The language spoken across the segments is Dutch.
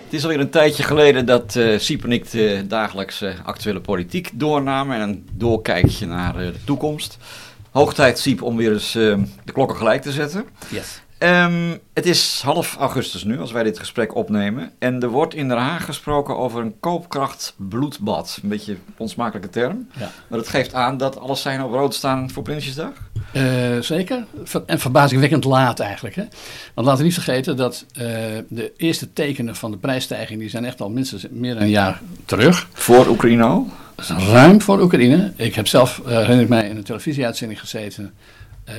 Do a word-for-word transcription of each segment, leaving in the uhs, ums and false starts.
Het is alweer een tijdje geleden dat uh, Siep en ik de dagelijkse actuele politiek doornamen en een doorkijkje naar uh, de toekomst. Hoog tijd, Siep, om weer eens uh, de klokken gelijk te zetten. Yes. Um, het is half augustus nu, als wij dit gesprek opnemen. En er wordt in Den Haag gesproken over een koopkrachtbloedbad. Een beetje een onsmakelijke term. Ja. Maar dat geeft aan dat alles zijn op rood staan voor Prinsjesdag. Uh, zeker. En verbazingwekkend laat eigenlijk. Hè? Want laten we niet vergeten dat uh, de eerste tekenen van de prijsstijging... die zijn echt al minstens meer dan een jaar terug. Voor Oekraïne al? Ruim voor Oekraïne. Ik heb zelf, uh, herinner ik mij, in een televisieuitzending gezeten... Uh,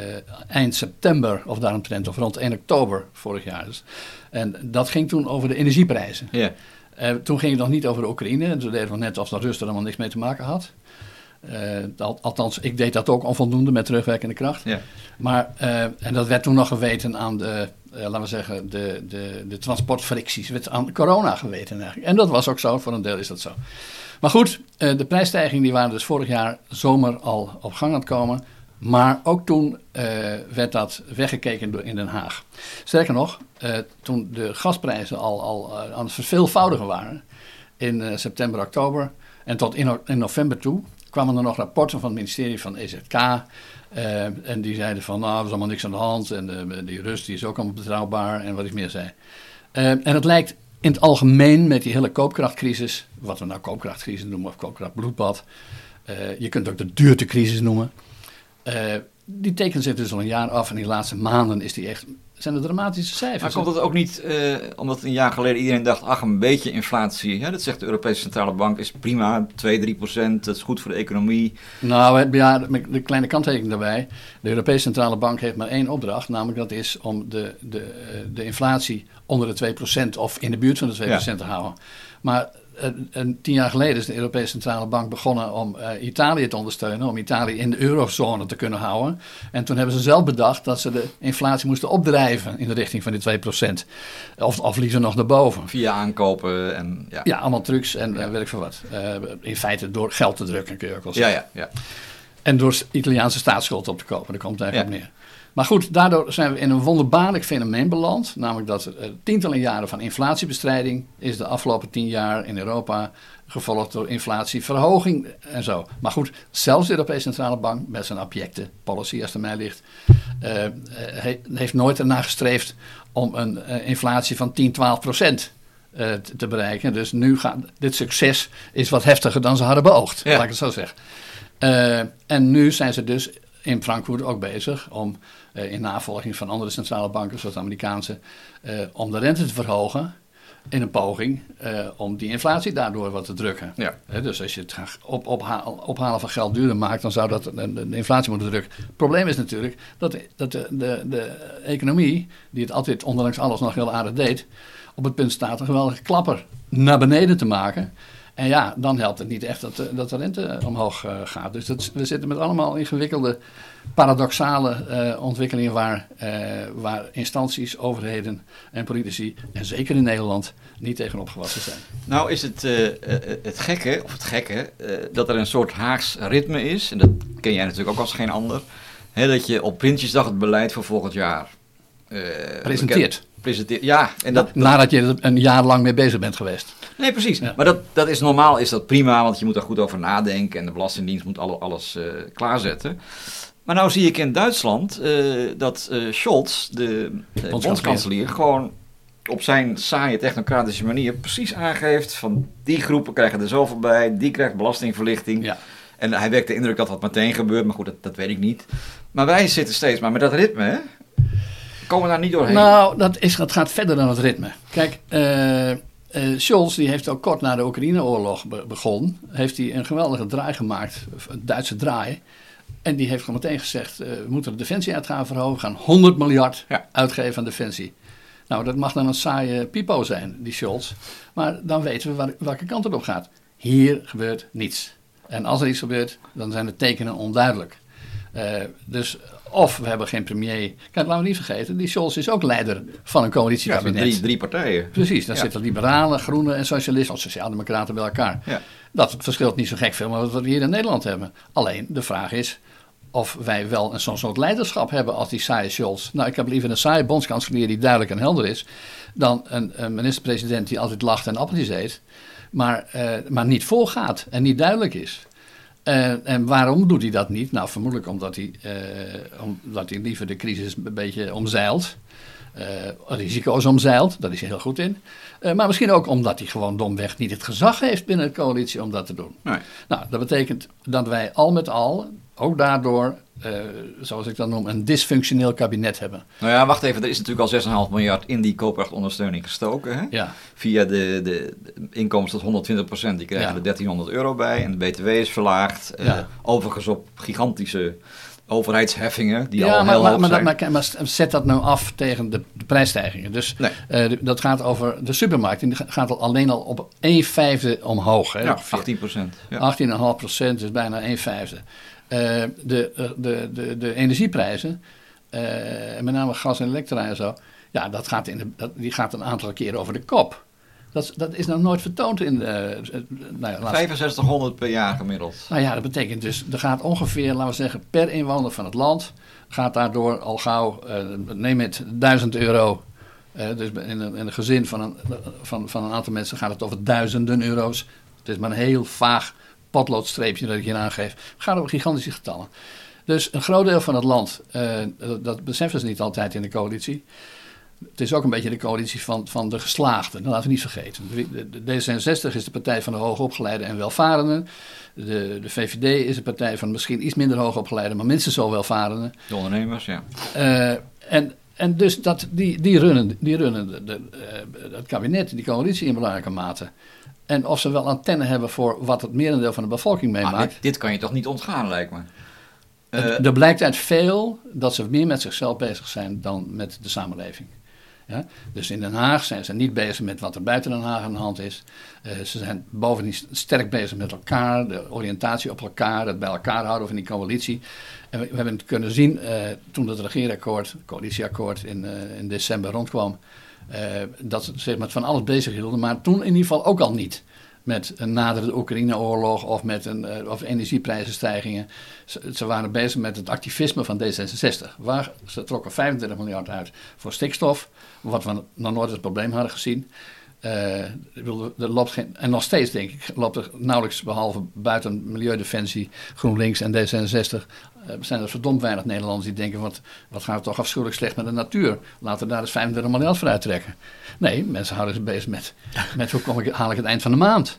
eind september of daaromtrent, of rond één oktober vorig jaar. Dus. En dat ging toen over de energieprijzen. Yeah. Uh, toen ging het nog niet over de Oekraïne. En toen deden we net alsof de Rust er allemaal niks mee te maken had. Uh, al, althans, ik deed dat ook onvoldoende met terugwerkende kracht. Yeah. Maar, uh, en dat werd toen nog geweten aan de, uh, laten we zeggen, de, de, de transportfricties. werd aan corona geweten eigenlijk. En dat was ook zo, voor een deel is dat zo. Maar goed, uh, de prijsstijgingen die waren dus vorig jaar zomer al op gang aan het komen... Maar ook toen uh, werd dat weggekeken door in Den Haag. Sterker nog, uh, toen de gasprijzen al, al uh, aan het verveelvoudigen waren... in uh, september, oktober en tot in, in november toe... kwamen er nog rapporten van het ministerie van E Z K... Uh, en die zeiden van, nou, er is allemaal niks aan de hand... en uh, die Rust die is ook allemaal betrouwbaar en wat ik meer zei. Uh, en het lijkt in het algemeen met die hele koopkrachtcrisis... wat we nou koopkrachtcrisis noemen of koopkrachtbloedbad... Uh, je kunt het ook de duurtecrisis noemen... Uh, die tekent zich dus al een jaar af en in de laatste maanden is die echt, zijn er dramatische cijfers. Maar komt dat ook niet, uh, omdat een jaar geleden iedereen dacht, ach, een beetje inflatie, ja, dat zegt de Europese Centrale Bank, is prima, twee, drie procent, dat is goed voor de economie. Nou, ja, de kleine kanttekening daarbij, de Europese Centrale Bank heeft maar één opdracht, namelijk dat is om de, de, de inflatie onder de twee procent of in de buurt van de twee procent ja. te houden. Maar Een, een tien jaar geleden is de Europese Centrale Bank begonnen om uh, Italië te ondersteunen, om Italië in de eurozone te kunnen houden. En toen hebben ze zelf bedacht dat ze de inflatie moesten opdrijven in de richting van die twee procent. Of, of liever nog daarboven. Via aankopen en ja. Ja, allemaal trucs en ja. uh, weet ik veel wat. Uh, in feite door geld te drukken, kun je ook wel zeggen. Ja, ja, ja. En door Italiaanse staatsschuld op te kopen, daar komt het eigenlijk ja. op neer. Maar goed, daardoor zijn we in een wonderbaarlijk fenomeen beland. Namelijk dat uh, tientallen jaren van inflatiebestrijding is de afgelopen tien jaar in Europa gevolgd door inflatieverhoging en zo. Maar goed, zelfs de Europese Centrale Bank met zijn abjecte policy, als het aan mij ligt, uh, he, heeft nooit ernaar gestreefd om een uh, inflatie van tien, twaalf procent uh, te, te bereiken. Dus nu gaat dit succes is wat heftiger dan ze hadden beoogd, ja. laat ik het zo zeggen. Uh, en nu zijn ze dus in Frankfurt ook bezig om uh, in navolging van andere centrale banken, zoals de Amerikaanse, uh, om de rente te verhogen in een poging uh, om die inflatie daardoor wat te drukken. Ja. Uh, dus als je het op, ophalen, ophalen van geld duurder maakt, dan zou dat de, de inflatie moeten drukken. Het probleem is natuurlijk dat, de, dat de, de, de economie, die het altijd ondanks alles nog heel aardig deed, op het punt staat een geweldige klapper naar beneden te maken. En ja, dan helpt het niet echt dat, dat de rente omhoog uh, gaat. Dus dat, we zitten met allemaal ingewikkelde, paradoxale uh, ontwikkelingen waar, uh, waar instanties, overheden en politici, en zeker in Nederland, niet tegen opgewassen zijn. Nou is het, uh, het gekke, of het gekke, uh, dat er een soort Haags ritme is, en dat ken jij natuurlijk ook als geen ander, hè, dat je op Prinsjesdag het beleid voor volgend jaar uh, presenteert. Presenteer, ja, en dat, dat, nadat je er een jaar lang mee bezig bent geweest. Nee, precies. Ja. Maar dat, dat is normaal, is dat prima, want je moet daar goed over nadenken en de Belastingdienst moet alle, alles uh, klaarzetten. Maar nou zie ik in Duitsland uh, dat uh, Scholz, de uh, bondskanselier, gewoon op zijn saaie technocratische manier precies aangeeft van die groepen krijgen er zoveel bij, die krijgt belastingverlichting. Ja. En hij wekt de indruk dat dat meteen gebeurt, maar goed, dat, dat weet ik niet. Maar wij zitten steeds maar met dat ritme, hè? Komen we daar niet doorheen? Nou, dat, is, dat gaat verder dan het ritme. Kijk, uh, uh, Scholz die heeft ook kort na de Oekraïne-oorlog be- begonnen, heeft hij een geweldige draai gemaakt, een Duitse draai. En die heeft gewoon meteen gezegd, uh, we moeten de defensieuitgaven verhogen, we gaan honderd miljard ja. uitgeven aan defensie. Nou, dat mag dan een saaie pipo zijn, die Scholz. Maar dan weten we waar, welke kant het op gaat. Hier gebeurt niets. En als er iets gebeurt, dan zijn de tekenen onduidelijk. Uh, dus of we hebben geen premier. Kijk, laten we niet vergeten, die Scholz is ook leider van een coalitiekabinet. Ja, drie, drie partijen. Precies, daar ja. zitten liberalen, groenen en socialisten, of sociaaldemocraten bij elkaar. Ja. Dat verschilt niet zo gek veel met wat we hier in Nederland hebben. Alleen, de vraag is of wij wel een zo'n soort leiderschap hebben als die saaie Scholz. Nou, ik heb liever een saaie bondskanselier die duidelijk en helder is, dan een, een minister-president die altijd lacht en appeltjes eet, maar, uh, maar niet volgaat en niet duidelijk is. Uh, en waarom doet hij dat niet? Nou, vermoedelijk omdat hij, uh, omdat hij liever de crisis een beetje omzeilt. Uh, risico's omzeilt, daar is hij heel goed in. Uh, maar misschien ook omdat hij gewoon domweg niet het gezag heeft binnen de coalitie om dat te doen. Nee. Nou, dat betekent dat wij al met al, ook daardoor, uh, zoals ik dat noem, een dysfunctioneel kabinet hebben. Nou ja, wacht even, er is natuurlijk al zes komma vijf miljard in die koopkrachtondersteuning gestoken. Hè? Ja. Via de, de, de inkomsten tot honderdtwintig procent, die krijgen ja. er dertienhonderd euro bij. En de B T W is verlaagd. Ja. Uh, overigens op gigantische overheidsheffingen die ja, al maar, heel maar, hoog maar, zijn. Maar, maar zet dat nou af tegen de, de prijsstijgingen. Dus nee. uh, dat gaat over de supermarkt. Die gaat al alleen al op een vijfde omhoog. Hè, ja, achttien procent. Ja. achttien komma vijf procent, dus bijna een vijfde. Uh, de, de, de, de energieprijzen, uh, met name gas en elektra en zo, ja, dat gaat in de, dat, die gaat een aantal keren over de kop. Dat, dat is nog nooit vertoond in de... Uh, nou ja, vijfenzestighonderd per jaar gemiddeld. Nou ja, dat betekent dus, er gaat ongeveer, laten we zeggen, per inwoner van het land, gaat daardoor al gauw, uh, neem het, duizend euro. Uh, dus in een, in een gezin van een, van, van een aantal mensen gaat het over duizenden euro's. Het is maar een heel vaag potloodstreepje dat ik hier aangeef. Het gaat over gigantische getallen. Dus een groot deel van het land, uh, dat, dat beseffen ze niet altijd in de coalitie. Het is ook een beetje de coalitie van, van de geslaagden. Dat laten we niet vergeten. De, de D zesenzestig is de partij van de hoogopgeleiden en welvarenden. De, de V V D is de partij van misschien iets minder hoogopgeleiden, maar minstens zo welvarenden. De ondernemers, ja. Uh, en, en dus dat, die, die runnen, die runnen de, de, uh, het kabinet, die coalitie in belangrijke mate. En of ze wel antenne hebben voor wat het merendeel van de bevolking meemaakt. Ah, dit, dit kan je toch niet ontgaan, lijkt me. Uh, er blijkt uit veel dat ze meer met zichzelf bezig zijn dan met de samenleving. Ja? Dus in Den Haag zijn ze niet bezig met wat er buiten Den Haag aan de hand is. Uh, ze zijn bovendien sterk bezig met elkaar, de oriëntatie op elkaar, het bij elkaar houden van die coalitie. En we, we hebben het kunnen zien uh, toen het regeerakkoord, het coalitieakkoord in, uh, in december rondkwam, uh, dat ze zich met van alles bezig hielden, maar toen in ieder geval ook al niet. Met een nadere Oekraïne-oorlog of met een, uh, of energieprijzenstijgingen. Ze, ze waren bezig met het activisme van D zesenzestig. Waar, ze trokken vijfendertig miljard uit voor stikstof, wat we nog nooit als probleem hadden gezien. Uh, er loopt geen, en nog steeds, denk ik, loopt er nauwelijks, behalve buiten Milieudefensie, GroenLinks en D zesenzestig, uh, zijn er verdomd weinig Nederlanders die denken, wat, wat gaat het toch afschuwelijk slecht met de natuur. Laten we daar eens vijfendertig miljard voor uittrekken. Nee, mensen houden zich bezig met, met hoe kom ik, haal ik het eind van de maand.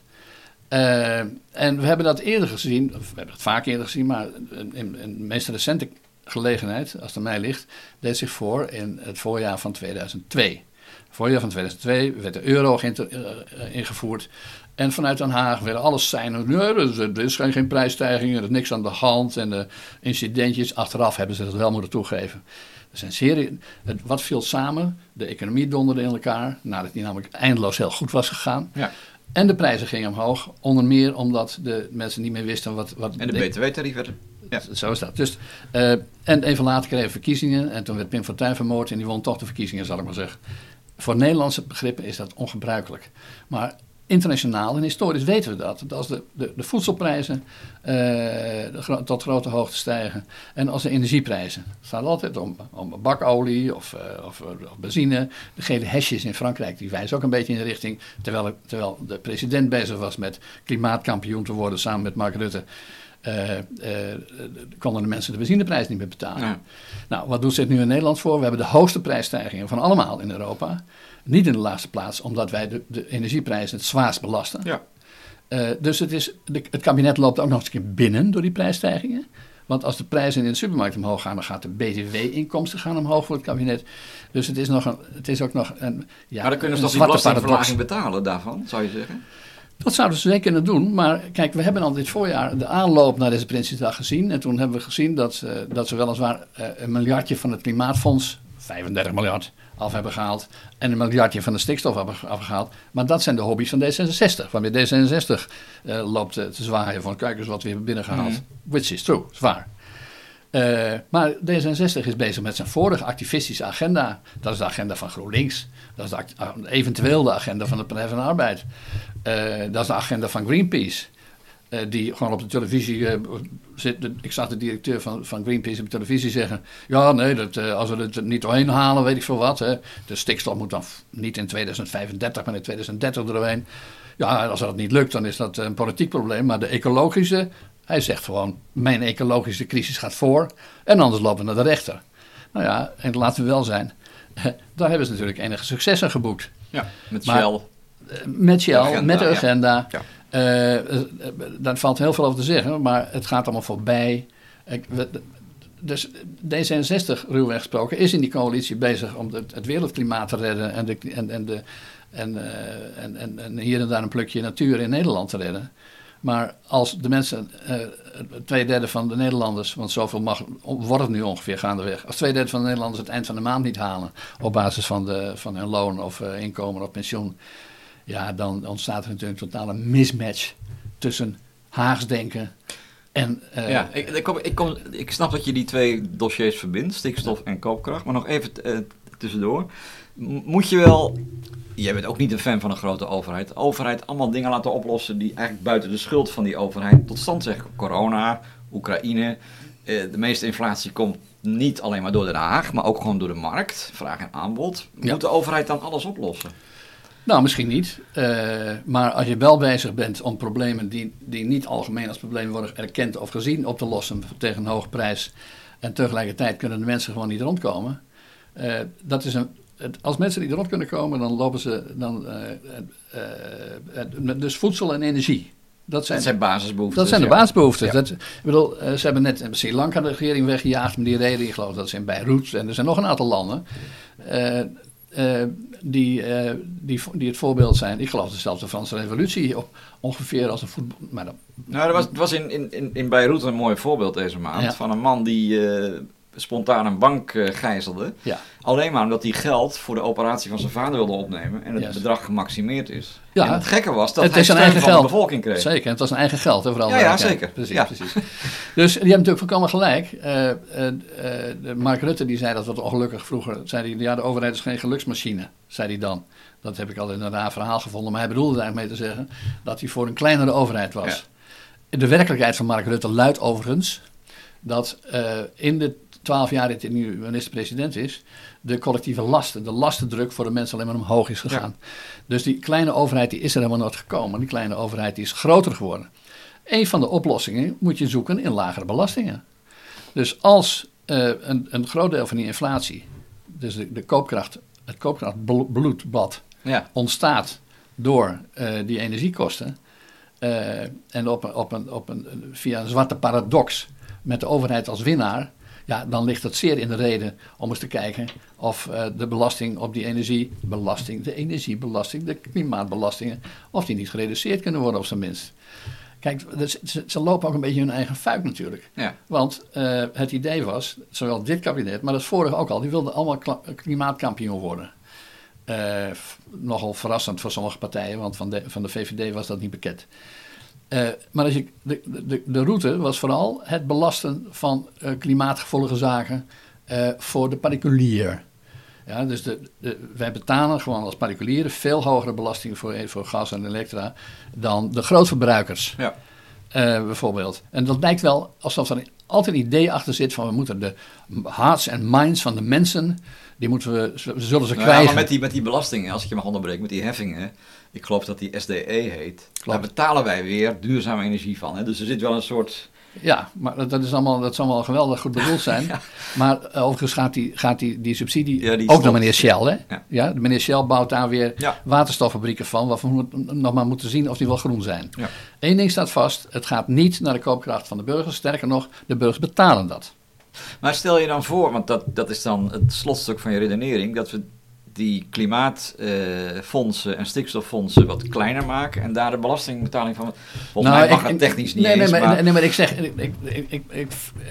Uh, en we hebben dat eerder gezien, of we hebben het vaak eerder gezien, maar in, in, in de meest recente gelegenheid, als het aan mij ligt, deed zich voor in het voorjaar van tweeduizend twee. Voorjaar van tweeduizend twee werd de euro ingevoerd. En vanuit Den Haag werden alles zijn. Nee, er is geen, geen prijsstijging, er is niks aan de hand. En de incidentjes, achteraf hebben ze dat wel moeten toegeven. Er zijn serie, wat viel samen? De economie donderde in elkaar, nadat die namelijk eindeloos heel goed was gegaan. Ja. En de prijzen gingen omhoog, onder meer omdat de mensen niet meer wisten wat... wat en de B T W-tarief werd... Ja. Zo is dat. Dus, uh, en even later kregen we verkiezingen. En toen werd Pim Fortuyn vermoord en die won toch de verkiezingen, zal ik maar zeggen. Voor Nederlandse begrippen is dat ongebruikelijk. Maar internationaal en historisch weten we dat. Dat als de, de, de voedselprijzen uh, de, tot grote hoogte stijgen en als de energieprijzen. Het gaat altijd om, om bakolie of, uh, of, of benzine. De gele hesjes in Frankrijk die wijzen ook een beetje in de richting. Terwijl, terwijl de president bezig was met klimaatkampioen te worden samen met Mark Rutte. Uh, uh, konden de mensen de benzineprijs niet meer betalen. Ja. Nou, wat doet zich nu in Nederland voor? We hebben de hoogste prijsstijgingen van allemaal in Europa. Niet in de laatste plaats, omdat wij de, de energieprijzen het zwaarst belasten. Ja. Uh, dus het, is, de, het kabinet loopt ook nog eens een keer binnen door die prijsstijgingen. Want als de prijzen in de supermarkt omhoog gaan, dan gaat de B T W-inkomsten gaan omhoog voor het kabinet. Dus het is, nog een, het is ook nog een ja, maar dan kunnen ze toch die belastingverlaging betalen daarvan, zou je zeggen? Dat zouden ze zeker kunnen doen, maar kijk, we hebben al dit voorjaar de aanloop naar deze Prinsjesdag gezien. En toen hebben we gezien dat, uh, dat ze weliswaar uh, een miljardje van het klimaatfonds, vijfendertig miljard, af hebben gehaald. En een miljardje van de stikstof hebben afgehaald. Maar dat zijn de hobby's van D zesenzestig. Waarmee D zesenzestig uh, loopt uh, te zwaaien van kijk eens wat we hebben binnengehaald. Mm-hmm. Which is true, zwaar. Uh, maar D zesenzestig is bezig met zijn vorige activistische agenda. Dat is de agenda van GroenLinks. Dat is de act- eventueel de agenda van de Partij van de Arbeid. Uh, dat is de agenda van Greenpeace. Uh, die gewoon op de televisie uh, zit. De, ik zag de directeur van, van Greenpeace op de televisie zeggen... ja, nee, dat, uh, als we het niet doorheen halen, weet ik veel wat. Hè. De stikstof moet dan f- niet in tweeduizend vijfendertig, maar in tweeduizend dertig er doorheen. Ja, als dat niet lukt, dan is dat een politiek probleem. Maar de ecologische... Hij zegt gewoon, mijn ecologische crisis gaat voor... en anders lopen we naar de rechter. Nou ja, en laten we wel zijn... daar hebben ze natuurlijk enige successen geboekt. Ja, met Shell. Maar, met Shell, agenda, met de agenda... Ja. Ja. Uh, daar valt heel veel over te zeggen, maar het gaat allemaal voorbij. Dus D zesenzestig, ruwweg gesproken, is in die coalitie bezig om het, het wereldklimaat te redden en, de, en, en, de, en, uh, en, en, en hier en daar een plukje natuur in Nederland te redden. Maar als de mensen, uh, twee derde van de Nederlanders, want zoveel mag, wordt het nu ongeveer gaandeweg, als twee derde van de Nederlanders het eind van de maand niet halen op basis van, de, van hun loon of uh, inkomen of pensioen, ja, dan ontstaat er natuurlijk een totale mismatch tussen Haags denken en... Uh, ja, ik, ik, kom, ik, kom, ik snap dat je die twee dossiers verbindt, stikstof en koopkracht. Maar nog even uh, tussendoor. Moet je wel... Jij bent ook niet een fan van een grote overheid. De overheid allemaal dingen laten oplossen die eigenlijk buiten de schuld van die overheid tot stand zijn. Corona, Oekraïne. Uh, de meeste inflatie komt niet alleen maar door Den Haag, maar ook gewoon door de markt. Vraag en aanbod. Moet ja. de overheid dan alles oplossen? Nou, misschien niet. Uh, maar als je wel bezig bent om problemen die, die niet algemeen als problemen worden erkend of gezien op te lossen tegen een hoge prijs. En tegelijkertijd kunnen de mensen gewoon niet rondkomen. Uh, dat is een, het, als mensen niet rond kunnen komen, dan lopen ze... Dan, uh, uh, uh, dus voedsel en energie. Dat zijn, dat zijn basisbehoeften. Dat zijn de ja. basisbehoeften. Ja. Dat, ik bedoel, uh, ze hebben net Sri Lanka de regering weggejaagd met die reden. Ik geloof dat ze in Beirut en er zijn nog een aantal landen... Uh, Uh, die, uh, die, die het voorbeeld zijn. Ik geloof dat zelfs de Franse revolutie op, ongeveer als een voetbal... Maar dan, nou, er was, het was in, in, in Beirut een mooi voorbeeld deze maand... Ja. van een man die uh, spontaan een bank uh, gijzelde. Ja. Alleen maar omdat hij geld voor de operatie van zijn vader wilde opnemen... en het yes. bedrag gemaximeerd is. Ja. En het gekke was dat het hij steun van geld. de bevolking kreeg. Zeker, en het was een eigen geld. Hè, vooral ja, ja, zeker. Precies, ja. precies. Dus die hebben natuurlijk volkomen gelijk. Uh, uh, uh, Mark Rutte die zei dat wat ongelukkig vroeger... zei hij, ja, de overheid is geen geluksmachine, zei hij dan. Dat heb ik al in een raar verhaal gevonden. Maar hij bedoelde eigenlijk mee te zeggen... dat hij voor een kleinere overheid was. Ja. De werkelijkheid van Mark Rutte luidt overigens... dat uh, in de twaalf jaar dat hij nu minister-president is... de collectieve lasten, de lastendruk voor de mensen alleen maar omhoog is gegaan. Ja. Dus die kleine overheid die is er helemaal nooit gekomen. Die kleine overheid die is groter geworden. Een van de oplossingen moet je zoeken in lagere belastingen. Dus als uh, een, een groot deel van die inflatie... dus de, de koopkracht, het koopkrachtbloedbad ja. ontstaat door uh, die energiekosten... Uh, en op een, op een, op een, via een zwarte paradox met de overheid als winnaar... ja, dan ligt het zeer in de reden om eens te kijken of uh, de belasting op die energiebelasting, de energiebelasting, de klimaatbelastingen, of die niet gereduceerd kunnen worden op zijn minst. Kijk, ze, ze lopen ook een beetje hun eigen fuik natuurlijk. Ja. Want uh, het idee was, zowel dit kabinet, maar het vorige ook al, die wilden allemaal kla- klimaatkampioen worden. Uh, nogal verrassend voor sommige partijen, want van de, van de V V D was dat niet bekend. Uh, maar als je, de, de, de route was vooral het belasten van uh, klimaatgevoelige zaken uh, voor de particulier. Ja, dus de, de, wij betalen gewoon als particulieren veel hogere belastingen voor, voor gas en elektra dan de grootverbruikers. Ja. Uh, bijvoorbeeld. En dat lijkt wel alsof er altijd een idee achter zit van we moeten de hearts en minds van de mensen, die moeten we, we zullen ze nou krijgen. Ja, maar met die, met die belastingen, als ik je mag onderbreken, met die heffingen, ik geloof dat die S D E heet, Klopt. Daar betalen wij weer duurzame energie van. Hè? Dus er zit wel een soort... Ja, maar dat, dat, is allemaal, dat zal wel geweldig goed bedoeld zijn. ja. Maar uh, overigens gaat die, gaat die, die subsidie ja, die ook naar meneer Shell. Hè? Ja. Ja, de meneer Shell bouwt daar weer ja. waterstoffabrieken van, waarvan we nog maar moeten zien of die wel groen zijn. Ja. Eén ding staat vast, het gaat niet naar de koopkracht van de burgers. Sterker nog, de burgers betalen dat. Maar stel je dan voor, want dat, dat is dan het slotstuk van je redenering, dat we die klimaatfondsen uh, en stikstoffondsen wat kleiner maken en daar de belastingbetaling van... Volgens nou, mij mag ik, het technisch niet nee, eens, nee, maar, maar... Nee, maar ik zeg, ik, ik, ik, ik, ik,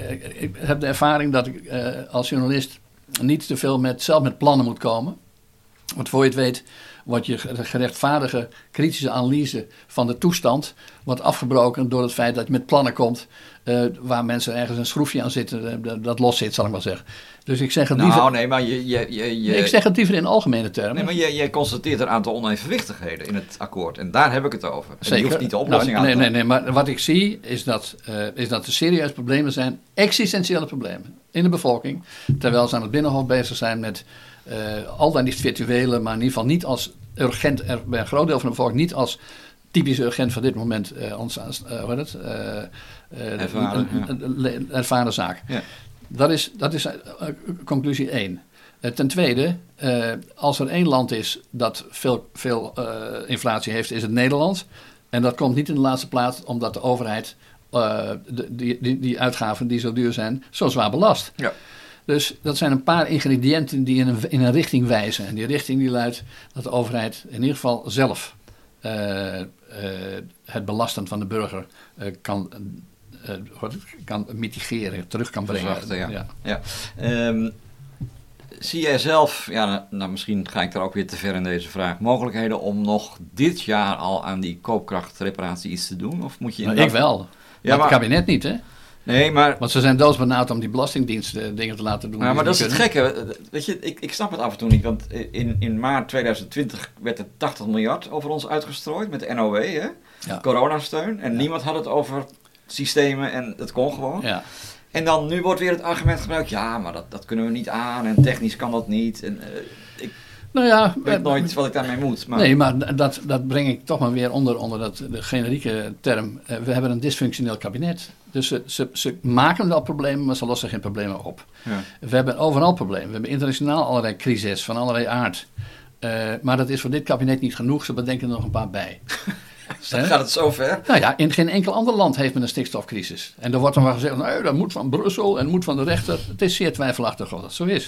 ik heb de ervaring dat ik uh, als journalist niet te veel met, zelf met plannen moet komen. Want voor je het weet, wordt je gerechtvaardige kritische analyse van de toestand wordt afgebroken door het feit dat je met plannen komt uh, waar mensen ergens een schroefje aan zitten, uh, dat los zit, zal ik maar zeggen. Dus ik zeg het liever... Nou, nee, maar je... je, je, je nee, ik zeg het liever in algemene termen. Nee, maar je, je constateert een aantal onevenwichtigheden in het akkoord. En daar heb ik het over. En Zeker. je hoeft niet de oplossing nou, nee, aan te... Nee, nee, maar wat ik zie is dat, uh, is dat er serieuze problemen zijn, existentiële problemen in de bevolking. Terwijl ze aan het Binnenhof bezig zijn met uh, al dan niet virtuele, maar in ieder geval niet als urgent, er, bij een groot deel van de bevolking niet als typisch urgent van dit moment uh, ons, uh, wat het, uh, uh, ervaren, een, een, een ervaren zaak. Ja. Dat is, dat is uh, conclusie één. Uh, ten tweede, uh, als er één land is dat veel, veel uh, inflatie heeft, is het Nederland. En dat komt niet in de laatste plaats omdat de overheid uh, de, die, die, die uitgaven die zo duur zijn, zo zwaar belast. Ja. Dus dat zijn een paar ingrediënten die in een, in een richting wijzen. En die richting die luidt dat de overheid in ieder geval zelf uh, uh, het belasten van de burger uh, kan, uh, kan mitigeren, terug kan brengen. Verzachten, ja. Ja. Ja. Um, zie jij zelf, ja, nou, nou misschien ga ik er ook weer te ver in deze vraag, mogelijkheden om nog dit jaar al aan die koopkrachtreparatie iets te doen? Of moet je nou, ik wel, maar, ja, maar het kabinet niet, hè? Nee, maar... Want ze zijn doodsbenauwd om die belastingdiensten dingen te laten doen. Ja, maar dat is kunnen. het gekke. Weet je, ik, ik snap het af en toe niet. Want in, in maart tweeduizend twintig werd er tachtig miljard over ons uitgestrooid met de N O W, hè? Ja. Coronasteun. En ja. niemand had het over systemen en het kon gewoon. Ja. En dan nu wordt weer het argument gebruikt. Ja, maar dat, dat kunnen we niet aan en technisch kan dat niet. En, uh, ik nou ja, weet nooit wat ik daarmee moet. Maar... Nee, maar dat, dat breng ik toch maar weer onder, onder dat, de generieke term. Uh, we hebben een dysfunctioneel kabinet. Dus ze, ze, ze maken wel problemen, maar ze lossen geen problemen op. Ja. We hebben overal problemen. We hebben internationaal allerlei crises van allerlei aard. Uh, maar dat is voor dit kabinet niet genoeg. Ze bedenken er nog een paar bij. Dan gaat het zo ver? Nou ja, in geen enkel ander land heeft men een stikstofcrisis. En er wordt dan wel gezegd, nou, dat moet van Brussel en moet van de rechter. Het is zeer twijfelachtig of dat zo is.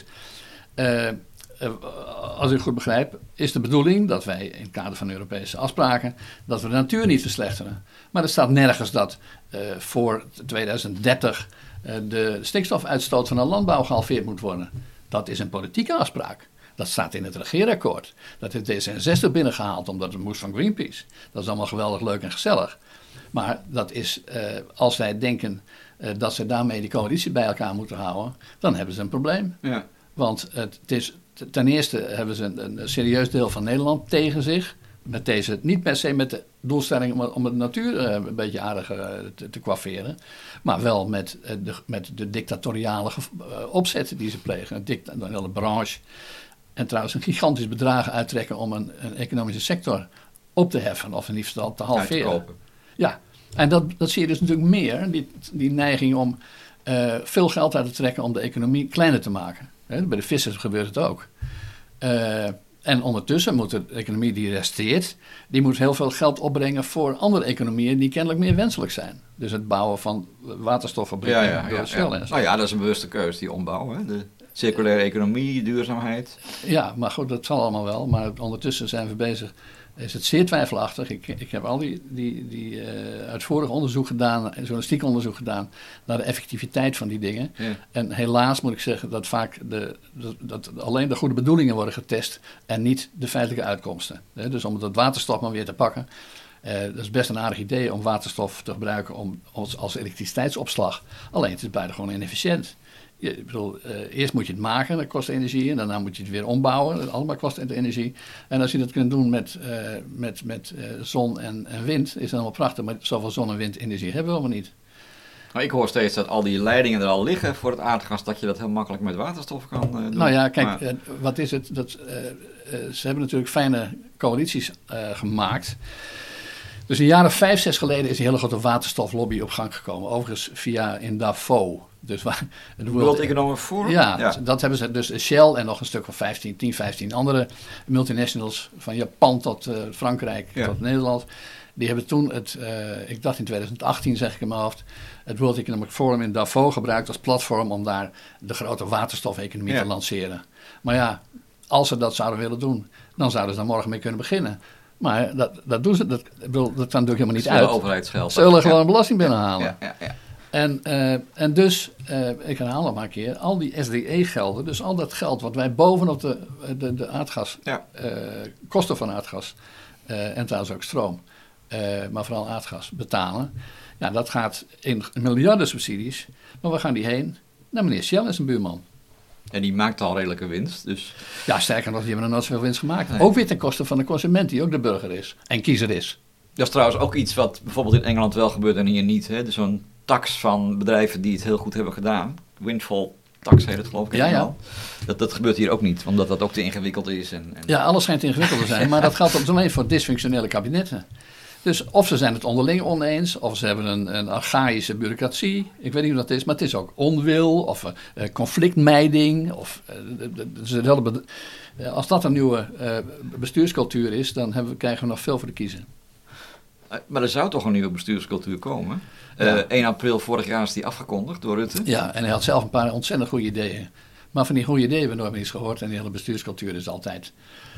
Uh, uh, als ik goed begrijp, is de bedoeling dat wij in het kader van Europese afspraken, dat we de natuur niet verslechteren. Maar er staat nergens dat uh, voor tweeduizend dertig uh, de stikstofuitstoot van de landbouw gehalveerd moet worden. Dat is een politieke afspraak. Dat staat in het regeerakkoord. Dat heeft D zesenzestig binnengehaald omdat het moest van Greenpeace. Dat is allemaal geweldig leuk en gezellig. Maar dat is, uh, als wij denken uh, dat ze daarmee die coalitie bij elkaar moeten houden, dan hebben ze een probleem. Ja. Want het is, ten eerste hebben ze een, een serieus deel van Nederland tegen zich. Met deze, niet per se met de doelstelling om, om de natuur uh, een beetje aardig uh, te, te coifferen. Maar wel met, uh, de, met de dictatoriale uh, opzetten die ze plegen. Dict- de hele branche. En trouwens een gigantisch bedrag uittrekken om een, een economische sector op te heffen. Of in ieder geval te halveren. Uit te kopen. Ja, en dat, dat zie je dus natuurlijk meer. Die, die neiging om uh, veel geld uit te trekken om de economie kleiner te maken. He, bij de vissers gebeurt het ook. Uh, en ondertussen moet de economie die resteert, die moet heel veel geld opbrengen voor andere economieën die kennelijk meer wenselijk zijn. Dus het bouwen van waterstoffabrieken ja, ja, door ja, Shell ja. en zo. Nou ja, dat is een bewuste keuze, die ombouw. Hè? De circulaire economie, duurzaamheid. Ja, maar goed, dat zal allemaal wel. Maar ondertussen zijn we bezig. Is het zeer twijfelachtig. Ik, ik heb al die, die, die uh, uitvoerig onderzoek gedaan, journalistiek onderzoek gedaan naar de effectiviteit van die dingen. Ja. En helaas moet ik zeggen dat vaak de, dat, dat alleen de goede bedoelingen worden getest en niet de feitelijke uitkomsten. He, dus om dat waterstof maar weer te pakken. Uh, dat is best een aardig idee om waterstof te gebruiken om, als, als elektriciteitsopslag. Alleen het is buitengewoon inefficiënt. Je, ik bedoel, uh, eerst moet je het maken, dat kost energie. En daarna moet je het weer ombouwen, dat allemaal kost energie. En als je dat kunt doen met, uh, met, met uh, zon en, en wind, is dat allemaal prachtig. Maar zoveel zon- en windenergie hebben we helemaal niet. Nou, ik hoor steeds dat al die leidingen er al liggen voor het aardgas, dat je dat heel makkelijk met waterstof kan uh, doen. Nou ja, kijk, maar... uh, wat is het? Dat, uh, uh, ze hebben natuurlijk fijne coalities uh, gemaakt. Dus een jaar of vijf, zes geleden is een hele grote waterstoflobby op gang gekomen. Overigens via in Davos. Dus waar, het World Economic Forum? Ja, ja, dat hebben ze. Dus Shell en nog een stuk van vijftien, tien, vijftien andere multinationals. Van Japan tot uh, Frankrijk ja. tot Nederland. Die hebben toen het, uh, ik dacht in twintig achttien zeg ik in mijn hoofd, het World Economic Forum in Davos gebruikt als platform om daar de grote waterstofeconomie ja. te lanceren. Maar ja, als ze dat zouden willen doen, dan zouden ze daar morgen mee kunnen beginnen. Maar dat, dat doen ze, dat, dat kan natuurlijk helemaal niet uit. Overheidsgeld. Ze willen gewoon ja. belasting binnenhalen. Ja, ja, ja. En, uh, en dus, uh, ik herhaal nog maar een keer, al die S D E-gelden, dus al dat geld wat wij bovenop de, de, de aardgas, ja. uh, kosten van aardgas uh, en trouwens ook stroom, uh, maar vooral aardgas, betalen. Ja, dat gaat in miljarden subsidies. Maar waar gaan die heen? Naar meneer Shell en zijn buurman. En die maakt al redelijke winst. Dus... Ja, sterker nog, die hebben nog nooit zoveel winst gemaakt. Nee. Ook weer ten koste van de consument, die ook de burger is. En kiezer is. Dat is trouwens ook iets wat bijvoorbeeld in Engeland wel gebeurt en hier niet. Hè? Dus zo'n tax van bedrijven die het heel goed hebben gedaan. Windfall tax heet het, geloof ik. Ja, ja. Dat, dat gebeurt hier ook niet, omdat dat ook te ingewikkeld is. En, en... Ja, alles schijnt ingewikkeld te zijn. Maar dat geldt ook alleen voor dysfunctionele kabinetten. Dus of ze zijn het onderling oneens, of ze hebben een, een archaïsche bureaucratie. Ik weet niet hoe dat is, maar het is ook onwil of uh, conflictmijding. Of, uh, be- uh, als dat een nieuwe uh, bestuurscultuur is, dan hebben we, krijgen we nog veel voor de kiezer. Maar er zou toch een nieuwe bestuurscultuur komen? Ja. Uh, één april vorig jaar is die afgekondigd door Rutte. Ja, en hij had zelf een paar ontzettend goede ideeën. Maar van die goede ideeën hebben we nooit meer iets gehoord. En die hele bestuurscultuur is altijd...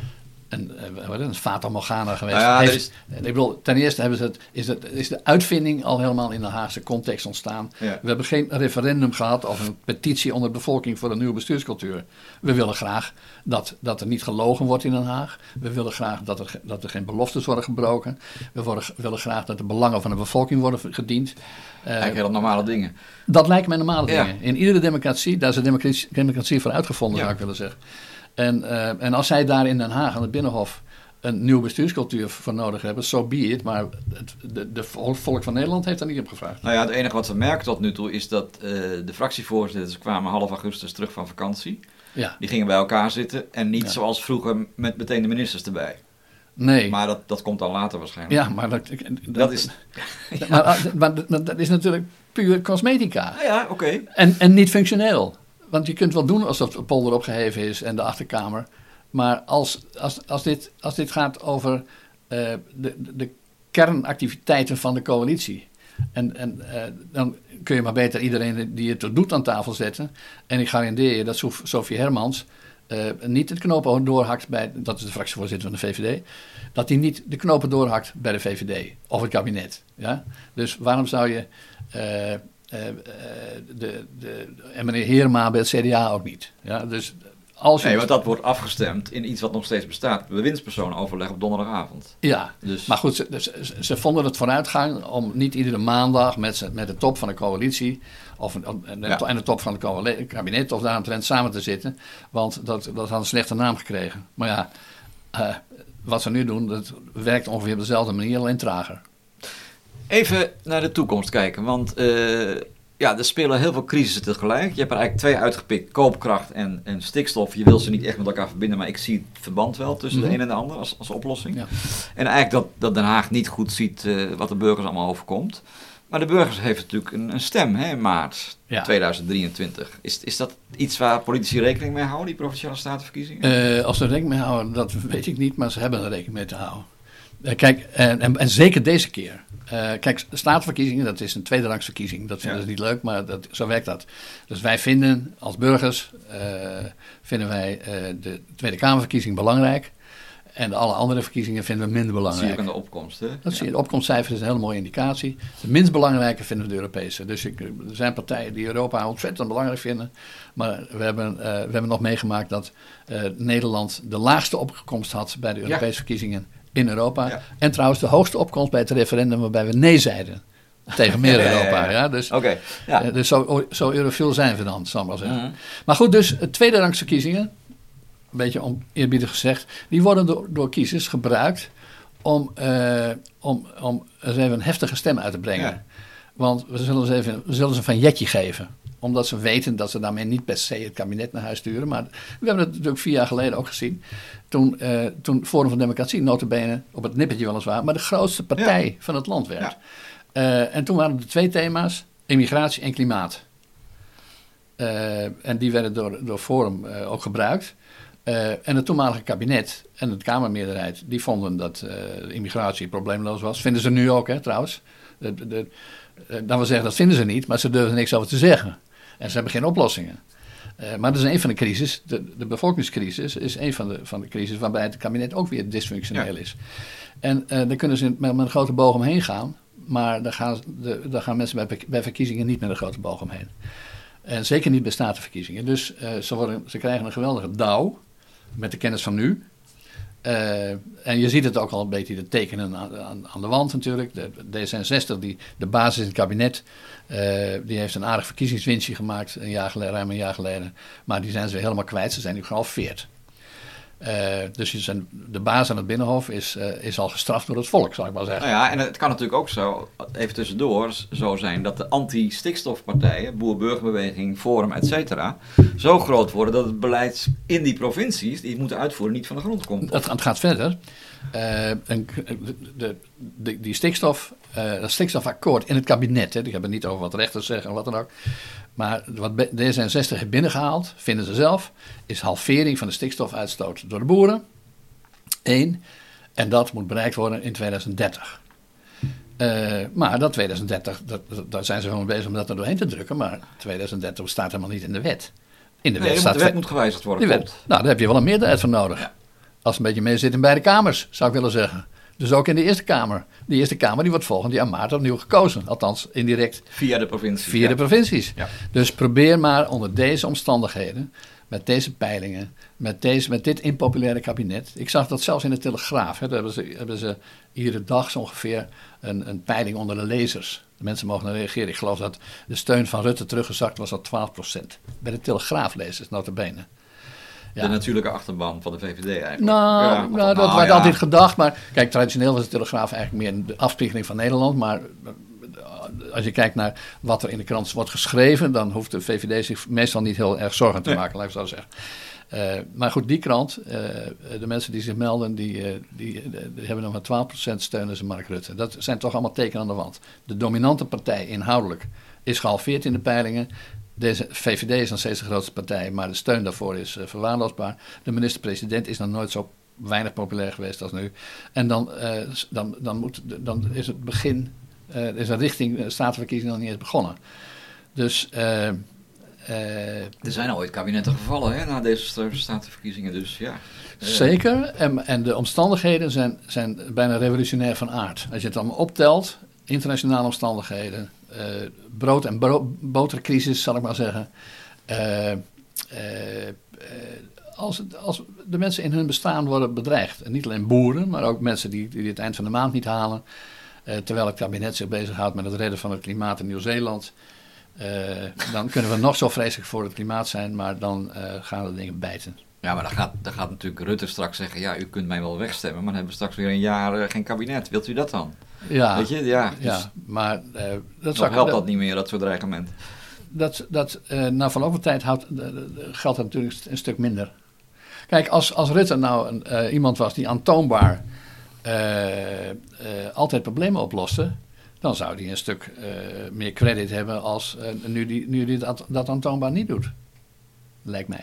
Een, een, een fata morgana geweest. Nou ja, Heeft, is... Ik bedoel, ten eerste hebben ze het, is, het, is de uitvinding al helemaal in de Haagse context ontstaan. Ja. We hebben geen referendum gehad of een petitie onder de bevolking voor een nieuwe bestuurscultuur. We willen graag dat, dat er niet gelogen wordt in Den Haag. We willen graag dat er, dat er geen beloftes worden gebroken. We worden, willen graag dat de belangen van de bevolking worden gediend. Eigenlijk heel normale dingen. Dat lijken mij normale ja. dingen. In iedere democratie, daar is de democratie, democratie voor uitgevonden, ja. zou ik willen zeggen. En, uh, en als zij daar in Den Haag aan het Binnenhof een nieuwe bestuurscultuur voor nodig hebben, so be it. Maar het de, de volk van Nederland heeft daar niet op gevraagd. Nou ja, het enige wat we merken tot nu toe is dat uh, de fractievoorzitters kwamen half augustus terug van vakantie. Ja. Die gingen bij elkaar zitten en niet ja. zoals vroeger met meteen de ministers erbij. Nee. Maar dat, dat komt dan later waarschijnlijk. Ja, maar dat, dat, dat is... ja. maar, maar, maar dat is natuurlijk puur cosmetica. Ja, ja oké. Okay. En, en niet functioneel. Want je kunt wel doen alsof de polder opgeheven is en de achterkamer. Maar als, als, als, dit, als dit gaat over uh, de, de kernactiviteiten van de coalitie. En, en uh, dan kun je maar beter iedereen die het er doet aan tafel zetten. En ik garandeer je dat Sof, Sophie Hermans uh, niet het knopen doorhakt bij... Dat is de fractievoorzitter van de V V D. Dat hij niet de knopen doorhakt bij de V V D of het kabinet. Ja? Dus waarom zou je... Uh, Uh, uh, de, de, en meneer Heerma bij het C D A ook niet. Ja, dus als je nee, want dat wordt afgestemd in iets wat nog steeds bestaat. Bewindspersonenoverleg op donderdagavond. Ja, dus. Maar goed, ze, ze, ze vonden het vooruitgang om niet iedere maandag met, met de top van de coalitie... of en de, ja. en de top van het kabinet of daaromtrent samen te zitten. Want dat, dat had een slechte naam gekregen. Maar ja, uh, wat ze nu doen, dat werkt ongeveer op dezelfde manier, alleen trager. Even naar de toekomst kijken, want uh, ja, er spelen heel veel crisissen tegelijk. Je hebt er eigenlijk twee uitgepikt, koopkracht en, en stikstof. Je wil ze niet echt met elkaar verbinden, maar ik zie het verband wel tussen mm-hmm. de een en de ander als, als oplossing. Ja. En eigenlijk dat, dat Den Haag niet goed ziet uh, wat de burgers allemaal overkomt. Maar de burgers heeft natuurlijk een, een stem hè, in maart ja. tweeduizend drieëntwintig. Is, is dat iets waar politici rekening mee houden, die Provinciale Statenverkiezingen? Uh, als ze er rekening mee houden, dat weet ik niet, maar ze hebben er rekening mee te houden. Uh, kijk, en, en, en zeker deze keer. Uh, kijk, statenverkiezingen, dat is een tweederangsverkiezing. Dat vinden ja. ze niet leuk, maar dat, zo werkt dat. Dus wij vinden, als burgers, uh, vinden wij uh, de Tweede Kamerverkiezing belangrijk. En alle andere verkiezingen vinden we minder belangrijk. Dat zie je ook aan de opkomst, hè? Dat zie je. De opkomstcijfer is een hele mooie indicatie. De minst belangrijke vinden we de Europese. Dus ik, er zijn partijen die Europa ontzettend belangrijk vinden. Maar we hebben, uh, we hebben nog meegemaakt dat uh, Nederland de laagste opkomst had bij de Europese ja. verkiezingen in Europa. Ja. En trouwens de hoogste opkomst bij het referendum waarbij we nee zeiden. Tegen meer Europa. Ja, ja, ja. Ja, dus okay. ja. uh, dus zo, zo eurofiel zijn we dan, zal ik maar zeggen. Uh-huh. Maar goed, dus tweede rangsverkiezingen, een beetje oneerbiedig gezegd, die worden door, door kiezers gebruikt om, uh, om, om eens even een heftige stem uit te brengen. Ja. Want we zullen ze even we zullen ze een vanjetje geven. Omdat ze weten dat ze daarmee niet per se het kabinet naar huis sturen. Maar we hebben het natuurlijk vier jaar geleden ook gezien. Toen, uh, toen Forum van Democratie nota bene, op het nippertje weliswaar, maar de grootste partij ja. van het land werd. Ja. Uh, en toen waren er twee thema's, immigratie en klimaat. Uh, en die werden door, door Forum uh, ook gebruikt. Uh, en het toenmalige kabinet en de Kamermeerderheid, die vonden dat uh, immigratie probleemloos was. Vinden ze nu ook, hè, trouwens. De, de, de, dan wil zeggen, dat vinden ze niet, maar ze durven er niks over te zeggen. En ze hebben geen oplossingen. Uh, maar dat is een van de crisis. De, de bevolkingscrisis is een van de, van de crisis waarbij het kabinet ook weer dysfunctioneel ja. is. En uh, daar kunnen ze met, met een grote boog omheen gaan. Maar daar gaan, de, daar gaan mensen bij, bij verkiezingen niet met een grote boog omheen. En zeker niet bij statenverkiezingen. Dus uh, ze, worden, ze krijgen een geweldige dauw met de kennis van nu. Uh, en je ziet het ook al een beetje de tekenen aan, aan, aan de wand natuurlijk. De D zesenzestig, die, de basis in het kabinet, uh, die heeft een aardig verkiezingswinstje gemaakt, een jaar geleden, ruim een jaar geleden. Maar die zijn ze weer helemaal kwijt, ze zijn nu gehalveerd. Uh, dus je zijn, de baas aan het Binnenhof is, uh, is al gestraft door het volk, zal ik maar zeggen. Nou ja, en het kan natuurlijk ook zo, even tussendoor, zo zijn dat de anti-stikstofpartijen, Boer-Burgerbeweging, Forum, et cetera, zo groot worden dat het beleid in die provincies die het moeten uitvoeren niet van de grond komt. Het, het gaat verder. Uh, een, de, de, die stikstof, uh, dat stikstofakkoord in het kabinet, hè, die hebben het niet over wat rechters zeggen en wat dan ook. Maar wat D zesenzestig heeft binnengehaald, vinden ze zelf, is halvering van de stikstofuitstoot door de boeren. Eén. En dat moet bereikt worden in tweeduizend dertig. Uh, maar dat tweeduizend dertig, dat, dat, daar zijn ze gewoon bezig om dat er doorheen te drukken. Maar tweeduizend dertig staat helemaal niet in de wet. In de nee, wet staat de wet moet gewijzigd worden. Die wet, nou, daar heb je wel een meerderheid voor nodig. Ja. Als het een beetje mee zit in beide kamers, zou ik willen zeggen. Dus ook in de Eerste Kamer. De Eerste Kamer die wordt volgend jaar maart opnieuw gekozen. Althans, indirect. Via de provincies. Via ja. de provincies. Ja. Dus probeer maar onder deze omstandigheden, met deze peilingen, met, deze, met dit impopulaire kabinet. Ik zag dat zelfs in de Telegraaf. Hè, daar hebben ze, hebben ze iedere dag zo ongeveer een, een peiling onder de lezers. De mensen mogen reageren. Ik geloof dat de steun van Rutte teruggezakt was tot twaalf procent. Bij de Telegraaflezers, nota bene. Ja. De natuurlijke achterban van de V V D eigenlijk. Nou, ja, nou dat nou, werd ja. altijd gedacht. Maar kijk, traditioneel was de Telegraaf eigenlijk meer de afspiegeling van Nederland. Maar als je kijkt naar wat er in de krant wordt geschreven, dan hoeft de V V D zich meestal niet heel erg zorgen te maken, nee. laat ik zo zeggen. Uh, maar goed, die krant, uh, de mensen die zich melden, die, uh, die, uh, die hebben nog maar twaalf procent steunen ze Mark Rutte. Dat zijn toch allemaal tekenen aan de wand. De dominante partij inhoudelijk is gehalveerd in de peilingen. Deze V V D is nog steeds de grootste partij, maar de steun daarvoor is uh, verwaarloosbaar. De minister-president is nog nooit zo weinig populair geweest als nu. En dan, uh, dan, dan, moet, dan is het begin, uh, is de richting uh, statenverkiezingen nog niet eens begonnen. Dus... Uh, Uh, er zijn al ooit kabinetten gevallen hè, na deze statenverkiezingen, dus ja. Uh. Zeker, en, en de omstandigheden zijn, zijn bijna revolutionair van aard. Als je het allemaal optelt, internationale omstandigheden, uh, brood- en bro- botercrisis, zal ik maar zeggen. Uh, uh, uh, als, het, als de mensen in hun bestaan worden bedreigd, en niet alleen boeren, maar ook mensen die, die het eind van de maand niet halen, uh, terwijl het kabinet zich bezighoudt met het redden van het klimaat in Nieuw-Zeeland. Uh, dan kunnen we nog zo vreselijk voor het klimaat zijn, maar dan uh, gaan de dingen bijten. Ja, maar dan gaat, dan gaat natuurlijk Rutte straks zeggen, ja, u kunt mij wel wegstemmen, maar dan hebben we straks weer een jaar uh, geen kabinet. Wilt u dat dan? Ja, weet je, ja. Dus ja maar uh, dat nog helpt dat niet meer, dat soort dreigement. Dat, dat uh, na verloop van tijd houdt, uh, geldt dat natuurlijk een stuk minder. Kijk, als, als Rutte nou een, uh, iemand was die aantoonbaar uh, uh, altijd problemen oploste, dan zou hij een stuk uh, meer credit hebben als uh, nu die, nu die dat, dat aantoonbaar niet doet. Lijkt mij.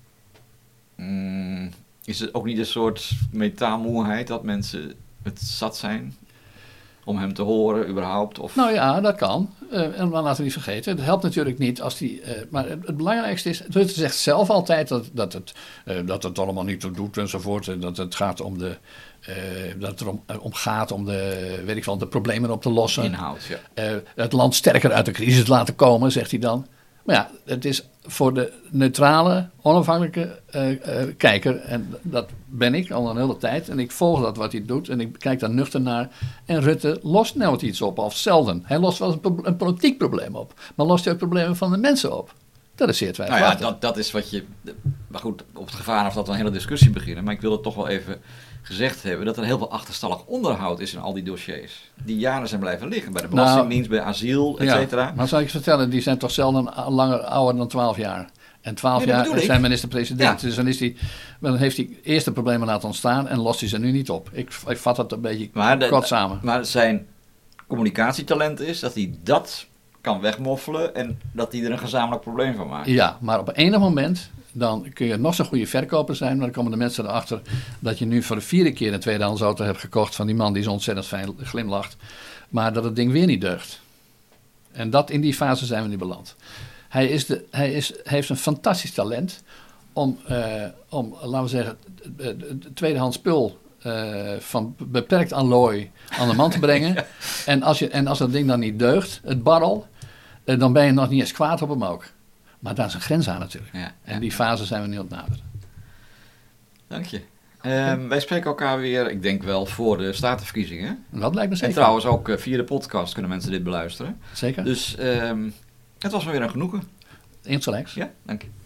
Mm, is het ook niet een soort metaalmoeheid dat mensen het zat zijn om hem te horen überhaupt? Of? Nou ja, dat kan. Uh, en maar laten we niet vergeten, het helpt natuurlijk niet als die... Uh, maar het, het belangrijkste is, Rutte zegt zelf altijd dat, dat, het, uh, dat het allemaal niet toe doet enzovoort. En dat het gaat om de... Uh, dat het erom om gaat om de, weet ik wel, de problemen op te lossen. Inhoud, ja. Uh, het land sterker uit de crisis laten komen, zegt hij dan. Maar ja, het is voor de neutrale, onafhankelijke uh, uh, kijker, en dat ben ik al een hele tijd, en ik volg dat wat hij doet, en ik kijk daar nuchter naar. En Rutte lost nooit iets op, of zelden. Hij lost wel een, een politiek probleem op, maar lost hij ook problemen van de mensen op. Dat is zeer twijfelachtig. Nou ja, dat, dat is wat je... Maar goed, op het gevaar of dat we een hele discussie beginnen, maar ik wil het toch wel even gezegd hebben, dat er heel veel achterstallig onderhoud is in al die dossiers. Die jaren zijn blijven liggen, bij de Belastingdienst, nou, bij asiel, et cetera. Ja, maar zal ik je vertellen, die zijn toch zelden langer ouder dan twaalf jaar. En twaalf nee, jaar zijn minister-president. Ja. Dus dan, is die, dan heeft hij eerst de problemen laten ontstaan en lost hij ze nu niet op. Ik, ik vat het een beetje maar de, kort samen. Maar zijn communicatietalent is dat hij dat kan wegmoffelen en dat hij er een gezamenlijk probleem van maakt. Ja, maar op enig moment, dan kun je nog zo'n goede verkoper zijn, maar dan komen de mensen erachter dat je nu voor de vierde keer een tweedehands auto hebt gekocht van die man die zo ontzettend fijn glimlacht, maar dat het ding weer niet deugt. En dat, in die fase zijn we nu beland. Hij, is de, hij is, heeft een fantastisch talent om, uh, om laten we zeggen, het tweedehands spul uh, van beperkt allooi aan de man te brengen. ja. en, als je, en als dat ding dan niet deugt, het barrel, uh, dan ben je nog niet eens kwaad op hem ook. Maar daar is een grens aan natuurlijk. Ja, ja. En die fase zijn we nu aan het naderen. Dank je. Um, wij spreken elkaar weer, ik denk wel, voor de statenverkiezingen. Dat lijkt me zeker. En trouwens ook uh, via de podcast kunnen mensen dit beluisteren. Zeker. Dus um, het was me weer een genoegen. Insgelijks. Ja, dank je.